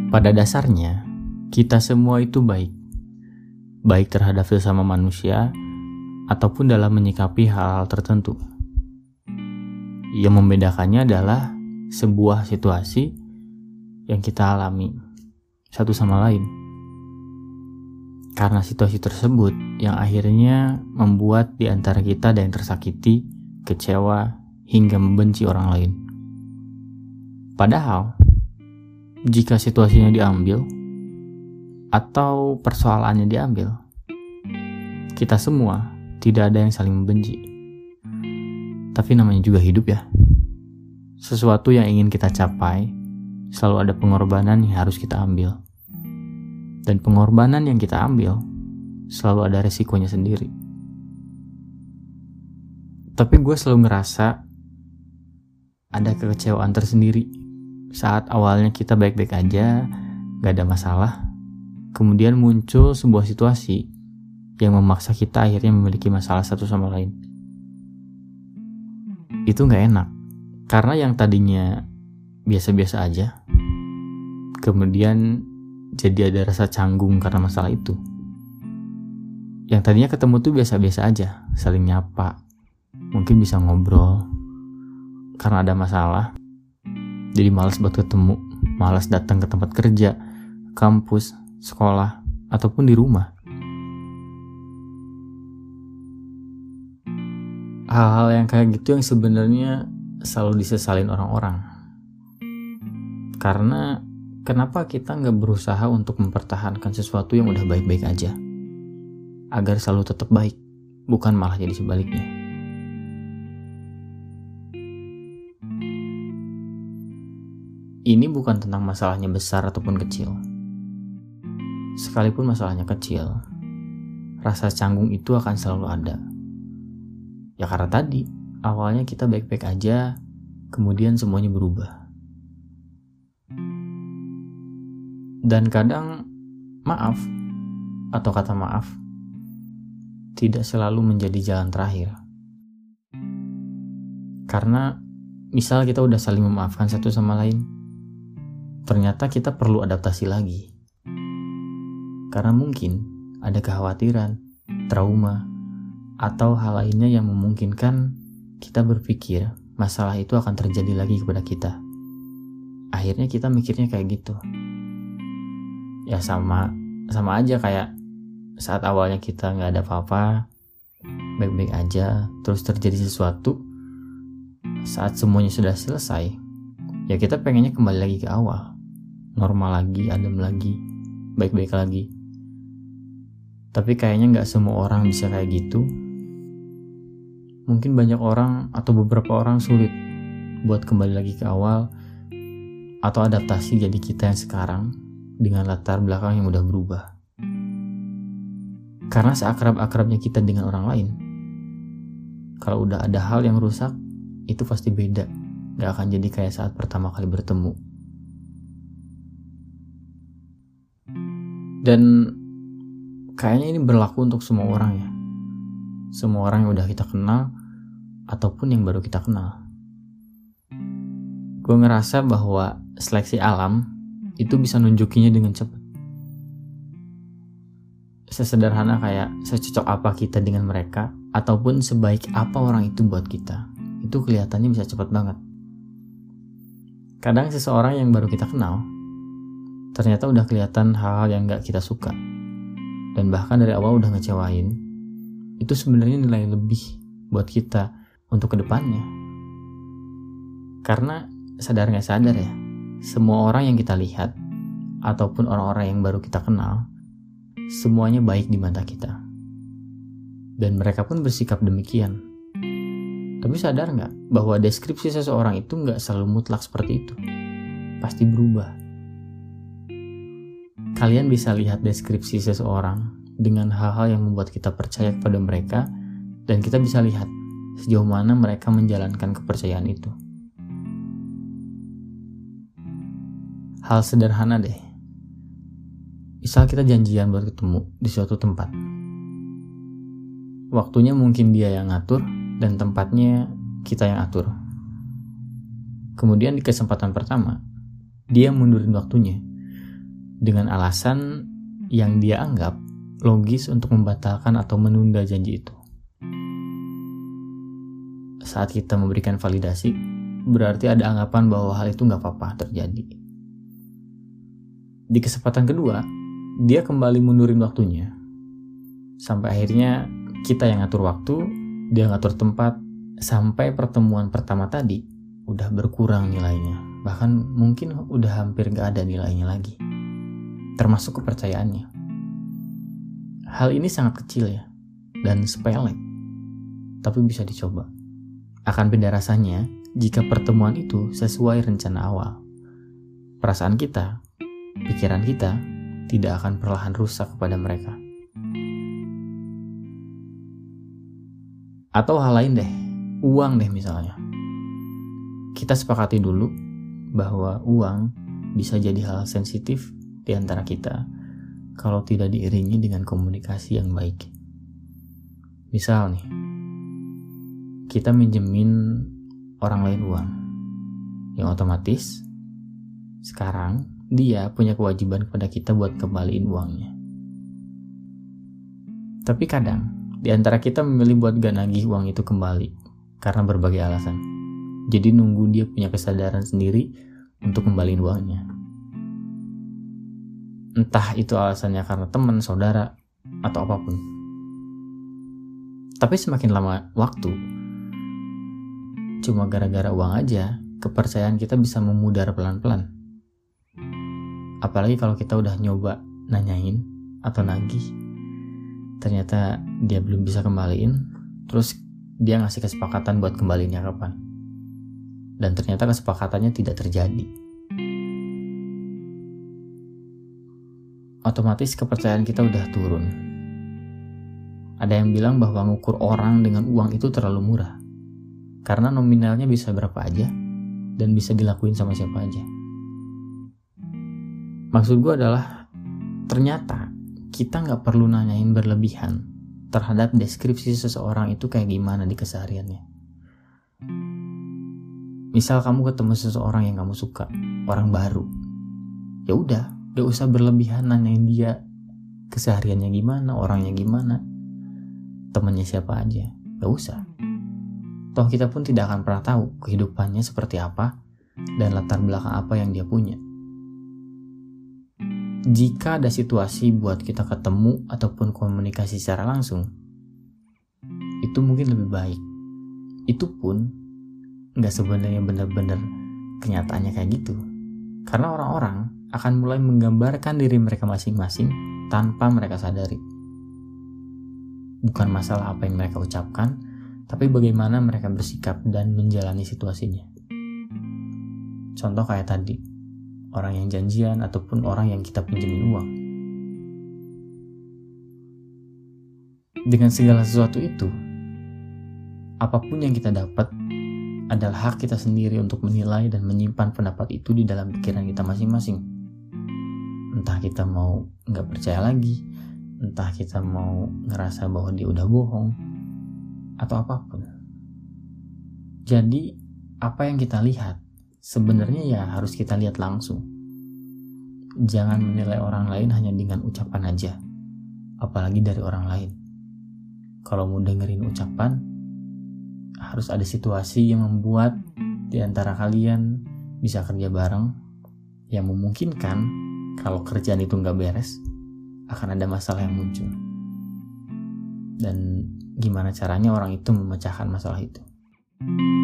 Pada dasarnya, kita semua itu baik. Baik terhadap sesama manusia, ataupun dalam menyikapi hal-hal tertentu. Yang membedakannya adalah sebuah situasi yang kita alami satu sama lain. Karena situasi tersebut yang akhirnya membuat di antara kita ada yang tersakiti, kecewa, hingga membenci orang lain. Padahal, jika situasinya diambil atau persoalannya diambil, kita semua tidak ada yang saling membenci. Tapi namanya juga hidup ya. Sesuatu yang ingin kita capai, selalu ada pengorbanan yang harus kita ambil. Dan pengorbanan yang kita ambil, selalu ada resikonya sendiri. Tapi gue selalu ngerasa ada kekecewaan tersendiri saat awalnya kita baik-baik aja, gak ada masalah. Kemudian muncul sebuah situasi yang memaksa kita akhirnya memiliki masalah satu sama lain. Itu gak enak, karena yang tadinya biasa-biasa aja, kemudian jadi ada rasa canggung karena masalah itu. Yang tadinya ketemu tuh biasa-biasa aja, saling nyapa, mungkin bisa ngobrol. Karena ada masalah, jadi malas buat ketemu, malas datang ke tempat kerja, kampus, sekolah, ataupun di rumah. Hal-hal yang kayak gitu yang sebenarnya selalu disesalin orang-orang. Karena kenapa kita gak berusaha untuk mempertahankan sesuatu yang udah baik-baik aja, agar selalu tetap baik, bukan malah jadi sebaliknya. Ini bukan tentang masalahnya besar ataupun kecil. Sekalipun masalahnya kecil, rasa canggung itu akan selalu ada. Ya karena tadi, awalnya kita baik-baik aja, kemudian semuanya berubah. Dan kadang maaf atau kata maaf tidak selalu menjadi jalan terakhir. Karena misal kita udah saling memaafkan satu sama lain, ternyata kita perlu adaptasi lagi. Karena mungkin ada kekhawatiran, trauma, atau hal lainnya yang memungkinkan kita berpikir masalah itu akan terjadi lagi kepada kita. Akhirnya kita mikirnya kayak gitu. Ya sama aja kayak saat awalnya kita gak ada apa-apa, baik-baik aja, terus terjadi sesuatu. Saat semuanya sudah selesai, ya kita pengennya kembali lagi ke awal, normal lagi, adem lagi, baik-baik lagi. Tapi kayaknya gak semua orang bisa kayak gitu. Mungkin banyak orang atau beberapa orang sulit buat kembali lagi ke awal atau adaptasi jadi kita yang sekarang dengan latar belakang yang udah berubah. Karena seakrab-akrabnya kita dengan orang lain, kalau udah ada hal yang rusak, itu pasti beda. Gak akan jadi kayak saat pertama kali bertemu. Dan kayaknya ini berlaku untuk semua orang ya. Semua orang yang udah kita kenal ataupun yang baru kita kenal. Gue ngerasa bahwa seleksi alam itu bisa nunjukinya dengan cepat. Sesederhana kayak secocok apa kita dengan mereka, ataupun sebaik apa orang itu buat kita, itu kelihatannya bisa cepat banget. Kadang seseorang yang baru kita kenal, ternyata udah kelihatan hal-hal yang gak kita suka, dan bahkan dari awal udah ngecewain. Itu sebenarnya nilai lebih buat kita untuk kedepannya. Karena sadar gak sadar ya, semua orang yang kita lihat ataupun orang-orang yang baru kita kenal, semuanya baik di mata kita. Dan mereka pun bersikap demikian. Tapi sadar gak bahwa deskripsi seseorang itu gak selalu mutlak seperti itu. Pasti berubah. Kalian bisa lihat deskripsi seseorang dengan hal-hal yang membuat kita percaya kepada mereka, dan kita bisa lihat sejauh mana mereka menjalankan kepercayaan itu. Hal sederhana deh. Misal kita janjian buat ketemu di suatu tempat. Waktunya mungkin dia yang ngatur dan tempatnya kita yang atur. Kemudian di kesempatan pertama, dia mundurin waktunya. dengan alasan yang dia anggap logis untuk membatalkan atau menunda janji itu. Saat kita memberikan validasi, berarti ada anggapan bahwa hal itu gak apa-apa terjadi. Di kesempatan kedua, dia kembali mundurin waktunya. Sampai akhirnya kita yang ngatur waktu, dia ngatur tempat, sampai pertemuan pertama tadi udah berkurang nilainya. Bahkan mungkin udah hampir gak ada nilainya lagi. Termasuk kepercayaannya. Hal ini sangat kecil ya, dan sepele. Tapi bisa dicoba. Akan beda rasanya jika pertemuan itu sesuai rencana awal. Perasaan kita, pikiran kita, tidak akan perlahan rusak kepada mereka. Atau hal lain deh, uang deh misalnya. Kita sepakati dulu bahwa uang bisa jadi hal sensitif di antara kita kalau tidak diiringi dengan komunikasi yang baik. Misal nih, kita minjemin orang lain uang, yang otomatis sekarang dia punya kewajiban kepada kita buat kembaliin uangnya. Tapi kadang di antara kita memilih buat gak nagih uang itu kembali karena berbagai alasan. Jadi nunggu dia punya kesadaran sendiri untuk kembaliin uangnya. Entah itu alasannya karena teman, saudara, atau apapun. Tapi semakin lama waktu, cuma gara-gara uang aja, kepercayaan kita bisa memudar pelan-pelan. Apalagi kalau kita udah nyoba nanyain atau nagih, ternyata dia belum bisa kembaliin, terus dia ngasih kesepakatan buat kembaliinnya kapan. Dan ternyata kesepakatannya tidak terjadi. Otomatis kepercayaan kita udah turun. Ada yang bilang bahwa ngukur orang dengan uang itu terlalu murah. Karena nominalnya bisa berapa aja dan bisa dilakuin sama siapa aja. Maksud gue adalah ternyata kita gak perlu nanyain berlebihan terhadap deskripsi seseorang itu kayak gimana di kesehariannya. Misal kamu ketemu seseorang yang kamu suka, orang baru. Ya udah, gak usah berlebihan nanyain dia kesehariannya gimana, orangnya gimana, temannya siapa aja. Gak usah. Toh kita pun tidak akan pernah tahu kehidupannya seperti apa dan latar belakang apa yang dia punya. Jika ada situasi buat kita ketemu ataupun komunikasi secara langsung, itu mungkin lebih baik. Itu pun gak sebenarnya benar-benar kenyataannya kayak gitu. Karena orang-orang akan mulai menggambarkan diri mereka masing-masing tanpa mereka sadari. Bukan masalah apa yang mereka ucapkan, tapi bagaimana mereka bersikap dan menjalani situasinya. Contoh kayak tadi, orang yang janjian ataupun orang yang kita pinjemin uang. Dengan segala sesuatu itu, apapun yang kita dapat adalah hak kita sendiri untuk menilai dan menyimpan pendapat itu di dalam pikiran kita masing-masing. Entah kita mau gak percaya lagi, entah kita mau ngerasa bahwa dia udah bohong, atau apapun. Jadi, apa yang kita lihat sebenarnya ya harus kita lihat langsung. Jangan menilai orang lain hanya dengan ucapan aja, apalagi dari orang lain. Kalau mau dengerin ucapan, harus ada situasi yang membuat di antara kalian bisa kerja bareng, yang memungkinkan kalau kerjaan itu nggak beres, akan ada masalah yang muncul. Dan gimana caranya orang itu memecahkan masalah itu.